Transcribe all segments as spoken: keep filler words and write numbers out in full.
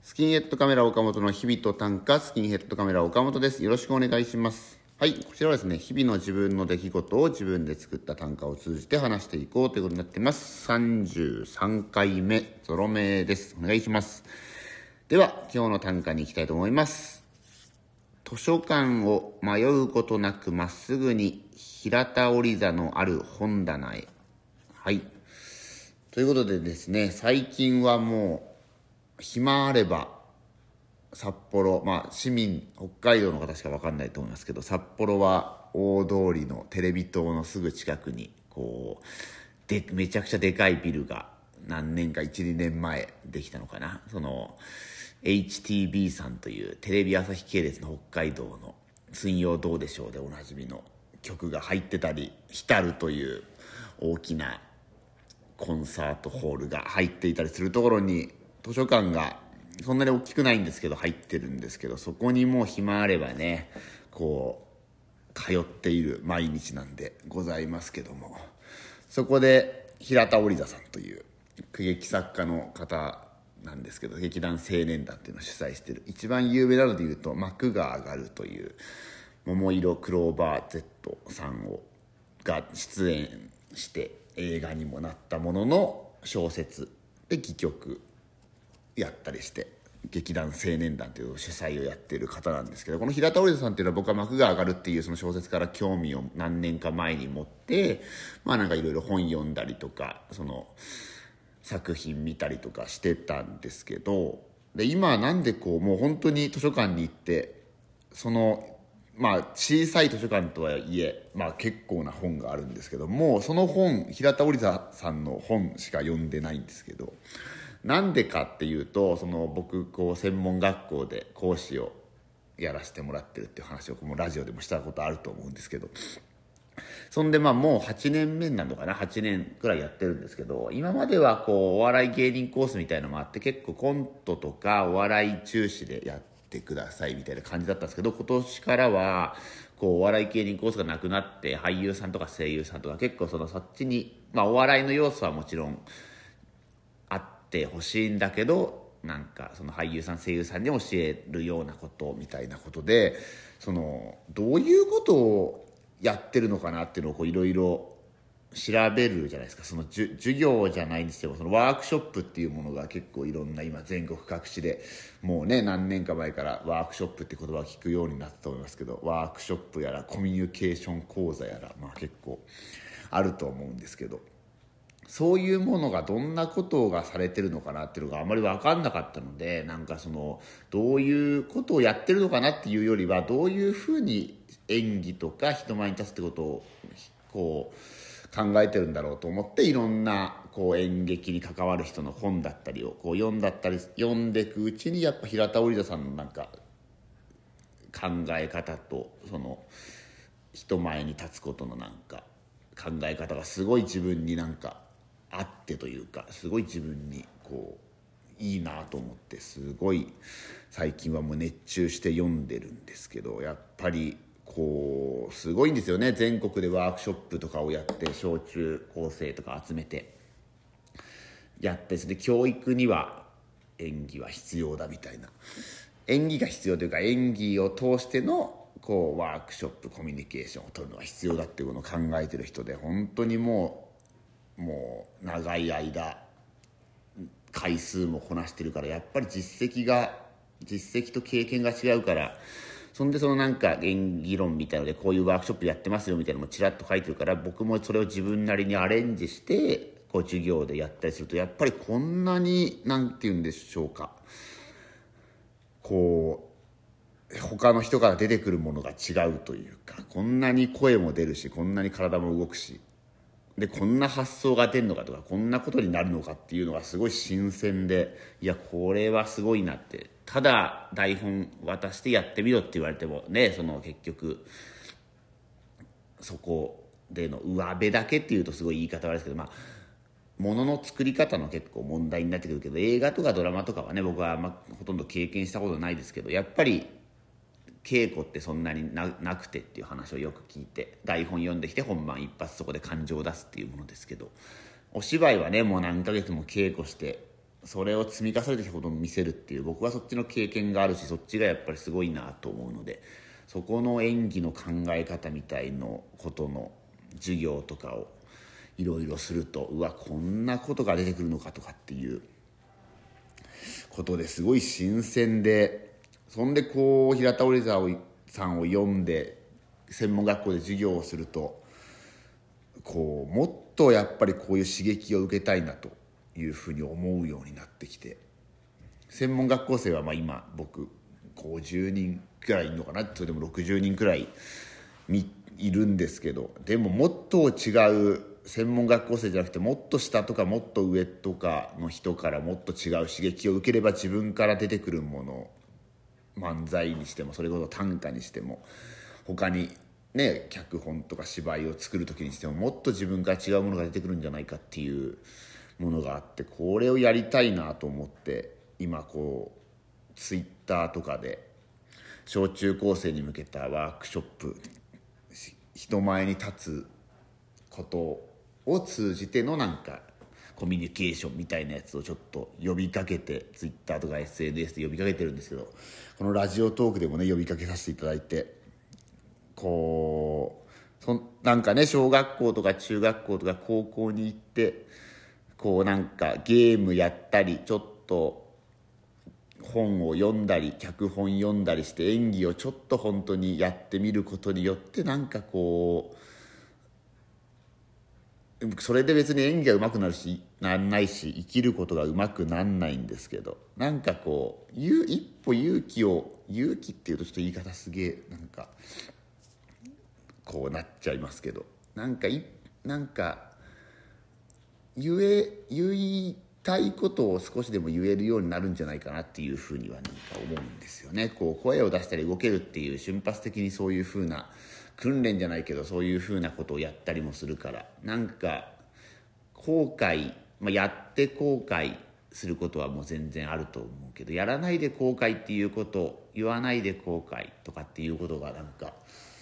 スキンヘッドカメラ岡本の日々と短歌、スキンヘッドカメラ岡本です。よろしくお願いします。はい、こちらはですね、日々の自分の出来事を自分で作った短歌を通じて話していこうということになっています。さんじゅうさんかいめゾロ目です。お願いします。では今日の短歌に行きたいと思います。図書館を迷うことなくまっすぐに平田織座のある本棚へ。はい、ということでですね、最近はもう暇あれば札幌、まあ市民、北海道の方しか分かんないと思いますけど、札幌は大通りのテレビ塔のすぐ近くにこうでめちゃくちゃでかいビルが何年か いち,に 年前できたのかな。その エイチティービー さんというテレビ朝日系列の北海道の水曜どうでしょうでおなじみの曲が入ってたり、ヒタルという大きなコンサートホールが入っていたりするところに図書館がそんなに大きくないんですけど入ってるんですけど、そこにもう暇あればねこう通っている毎日なんでございますけども、そこで平田織座さんという句劇作家の方なんですけど、劇団青年団っていうのを主催している、一番有名なのでいうと幕が上がるという桃色クローバー Z さんをが出演して映画にもなったものの小説で戯曲やったりして、劇団青年団という主催をやっている方なんですけど、この平田織座さんっていうのは僕は幕が上がるっていうその小説から興味を何年か前に持って、まあなんかいろいろ本読んだりとかその作品見たりとかしてたんですけど、で今なんでこうもう本当に図書館に行ってそのまあ小さい図書館とはいえまあ結構な本があるんですけども、その本平田織座さんの本しか読んでないんですけど、なんでかっていうと、その僕こう専門学校で講師をやらせてもらってるっていう話をもうラジオでもしたことあると思うんですけど、そんでまあもうはちねんめなのかな、はちねんくらいやってるんですけど、今まではこうお笑い芸人コースみたいなのもあって結構コントとかお笑い中止でやってくださいみたいな感じだったんですけど、今年からはこうお笑い芸人コースがなくなって俳優さんとか声優さんとか結構そのそっちにまあお笑いの要素はもちろんあってほしいんだけど、なんかその俳優さん声優さんに教えるようなことみたいなことで、そのどういうことをやってるのかなっていうのをいろいろ調べるじゃないですか。そのじゅ授業じゃないにしてもそのワークショップっていうものが結構いろんな今全国各地でもうね何年か前からワークショップって言葉を聞くようになったと思いますけど、ワークショップやらコミュニケーション講座やらまあ結構あると思うんですけど、そういうものがどんなことがされてるのかなっていうのがあまり分かんなかったので、なんかそのどういうことをやってるのかなっていうよりはどういうふうに演技とか人前に立つってことをこう考えてるんだろうと思って、いろんなこう演劇に関わる人の本だったりをこう読んだったり読んでいくうちに、やっぱ平田織座さんのなんか考え方とその人前に立つことのなんか考え方がすごい自分になんかあってというか、すごい自分にこういいなと思って、すごい最近はもう熱中して読んでるんですけど、やっぱりこうすごいんですよね。全国でワークショップとかをやって小中高生とか集めてやって、それで教育には演技は必要だみたいな、演技が必要というか演技を通してのこうワークショップコミュニケーションを取るのが必要だっていうのを考えてる人で、本当にもうもう長い間回数もこなしてるから、やっぱり実績が実績と経験が違うから、そんでそのなんか演技論みたいのでこういうワークショップやってますよみたいなのもちらっと書いてるから、僕もそれを自分なりにアレンジしてこう授業でやったりすると、やっぱりこんなになんて言うんでしょうか、こう他の人から出てくるものが違うというか、こんなに声も出るしこんなに体も動くし、でこんな発想が出るのかとかこんなことになるのかっていうのがすごい新鮮で、いやこれはすごいなって。ただ台本渡してやってみろって言われてもね、その結局そこでの上辺だけっていうとすごい言い方悪いですけど、まあ物の作り方の結構問題になってくるけど、映画とかドラマとかはね僕はまあほとんど経験したことないですけど、やっぱり稽古ってそんなに な, なくてっていう話をよく聞いて、台本読んできて本番一発そこで感情を出すっていうものですけど、お芝居はねもう何ヶ月も稽古してそれを積み重ねてきたことを見せるっていう、僕はそっちの経験があるし、そっちがやっぱりすごいなと思うので、そこの演技の考え方みたいなことの授業とかをいろいろすると、うわこんなことが出てくるのかとかっていうことですごい新鮮で、そんでこう平田織沢さんを読んで専門学校で授業をすると、こうもっとやっぱりこういう刺激を受けたいなというふうに思うようになってきて、専門学校生はまあ今僕ごじゅうにんくらいいるのかな、それでもろくじゅうにんくらいいるんですけど、でももっと違う専門学校生じゃなくて、もっと下とかもっと上とかの人からもっと違う刺激を受ければ、自分から出てくるもの、漫才にしてもそれこそ短歌にしても他にね脚本とか芝居を作る時にしても、もっと自分から違うものが出てくるんじゃないかっていうものがあって、これをやりたいなと思って、今こうツイッターとかで小中高生に向けたワークショップ、人前に立つことを通じてのなんかコミュニケーションみたいなやつをちょっと呼びかけて、ツイッターとか エスエヌエス で呼びかけてるんですけど、このラジオトークでもね呼びかけさせていただいて、こうそなんかね小学校とか中学校とか高校に行って、こうなんかゲームやったり、ちょっと本を読んだり脚本読んだりして演技をちょっと本当にやってみることによって、なんかこうそれで別に演技が上手くなるしなんないし、生きることが上手くなんないんですけど、なんかこう一歩勇気を勇気っていうとちょっと言い方すげえなんかこうなっちゃいますけど、なんかいなんか言え言いたいことを少しでも言えるようになるんじゃないかなっていうふうにはなんか思うんですよね。こう声を出したり動けるっていう瞬発的にそういうふうな訓練じゃないけど、そういうふうなことをやったりもするから、なんか後悔、まあ、やって後悔することはもう全然あると思うけど、やらないで後悔っていうこと、言わないで後悔とかっていうことがなんか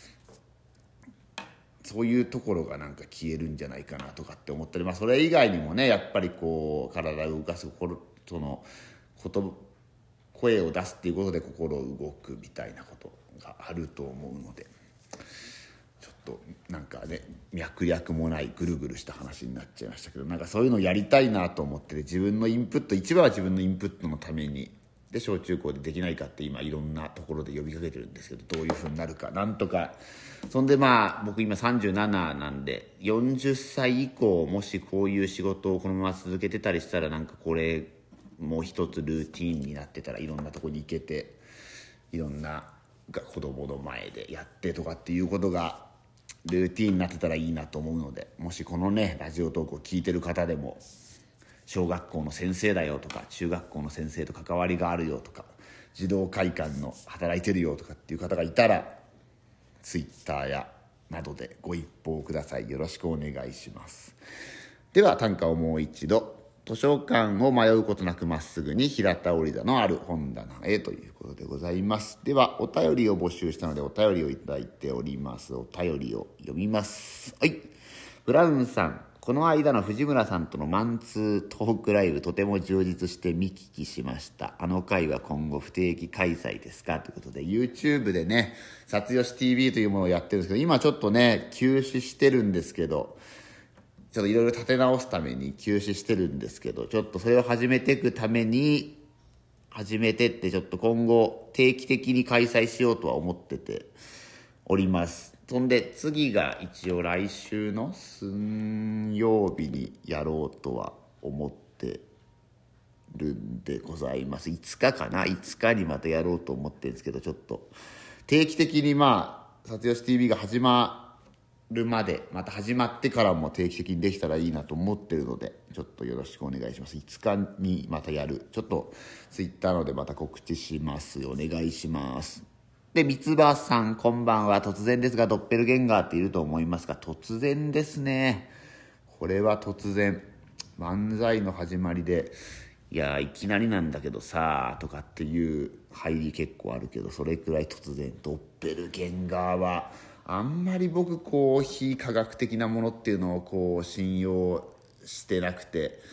そういうところがなんか消えるんじゃないかなとかって思ったり、まあそれ以外にもね、やっぱりこう体を動かす心、そのこと声を出すっていうことで心動くみたいなことがあると思うので、ちょっとなんかね脈略もないぐるぐるした話になっちゃいましたけど、なんかそういうのをやりたいなと思って、自分のインプット、一番は自分のインプットのためにで小中高でできないかって今いろんなところで呼びかけてるんですけど、どういうふうになるかなんとか。そんでまあ僕今さんじゅうなななんで、よんじゅっさい以降もしこういう仕事をこのまま続けてたりしたら、なんかこれもう一つルーティーンになってたら、いろんなとこに行けて、いろんな子供の前でやってとかっていうことがルーティーンになってたらいいなと思うので、もしこのねラジオトークを聞いてる方でも小学校の先生だよとか、中学校の先生と関わりがあるよとか、児童会館の働いてるよとかっていう方がいたら、ツイッターやなどでご一報ください。よろしくお願いします。では短歌をもう一度。図書館を迷うことなくまっすぐに平田織田のある本棚へということでございます。ではお便りを募集したのでお便りをいただいております。お便りを読みます。はい。ブラウンさん、この間の藤村さんとのマンツートークライブとても充実して見聞きしました。あの回は今後不定期開催ですかということで、 YouTube でね撮吉 ティーブイ というものをやってるんですけど、今ちょっとね休止してるんですけど、ちょっといろいろ立て直すために休止してるんですけど、ちょっとそれを始めていくために始めてって、ちょっと今後定期的に開催しようとは思ってております。そんで次が一応来週の水曜日にやろうとは思ってるんでございます。いつかかないつかにまたやろうと思ってるんですけど、ちょっと定期的にまあ撮吉 ティーブイ が始まるまで、また始まってからも定期的にできたらいいなと思ってるので、ちょっとよろしくお願いします。いつかにまたやる、ちょっとツイッターのでまた告知します。お願いします。で、三つ葉さん、こんばんは。突然ですがドッペルゲンガーっていると思いますが、突然ですね。これは突然。漫才の始まりで、いやいきなりなんだけどさとかっていう入り結構あるけど、それくらい突然。ドッペルゲンガーはあんまり僕こう非科学的なものっていうのをこう信用してなくて、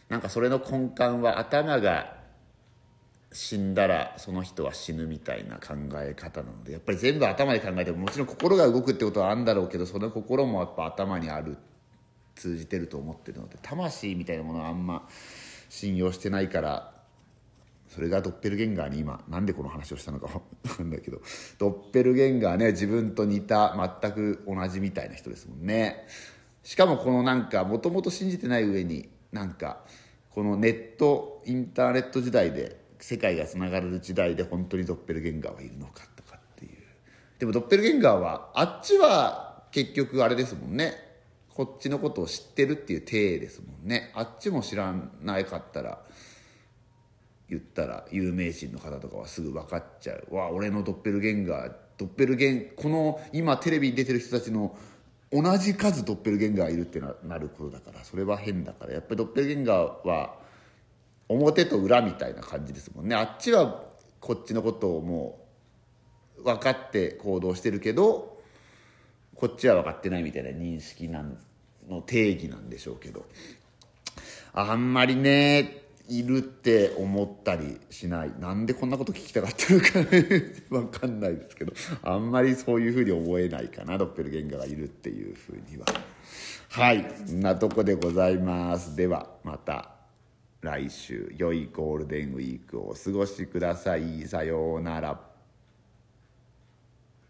なんかそれの根幹は頭が死んだらその人は死ぬみたいな考え方なので、やっぱり全部頭で考えてももちろん心が動くってことはあるんだろうけど、その心もやっぱ頭にある通じてると思ってるので、魂みたいなものはあんま信用してないから、それがドッペルゲンガーに今なんでこの話をしたのか分かんないけど、ドッペルゲンガーね、自分と似た全く同じみたいな人ですもんね。しかもこのなんかもともと信じてない上に、なんかこのネットインターネット時代で世界がつながる時代で本当にドッペルゲンガーはいるのかとかっていう。でもドッペルゲンガーはあっちは結局あれですもんね、こっちのことを知ってるっていう体ですもんね。あっちも知らなかったら、言ったら有名人の方とかはすぐ分かっちゃう。わあ、俺のドッペルゲンガー、ドッペルゲンこの今テレビに出てる人たちの同じ数ドッペルゲンガーいるってなることだから、それは変だから、やっぱりドッペルゲンガーは表と裏みたいな感じですもんね。あっちはこっちのことをもう分かって行動してるけど、こっちは分かってないみたいな認識なんの定義なんでしょうけど、あんまりねいるって思ったりしない。なんでこんなこと聞きたかったのか分かんないですけど、あんまりそういうふうに思えないかな、ドッペルゲンガーがいるっていうふうには。はい、そんなとこでございます。ではまた来週良いゴールデンウィークをお過ごしください。さようなら。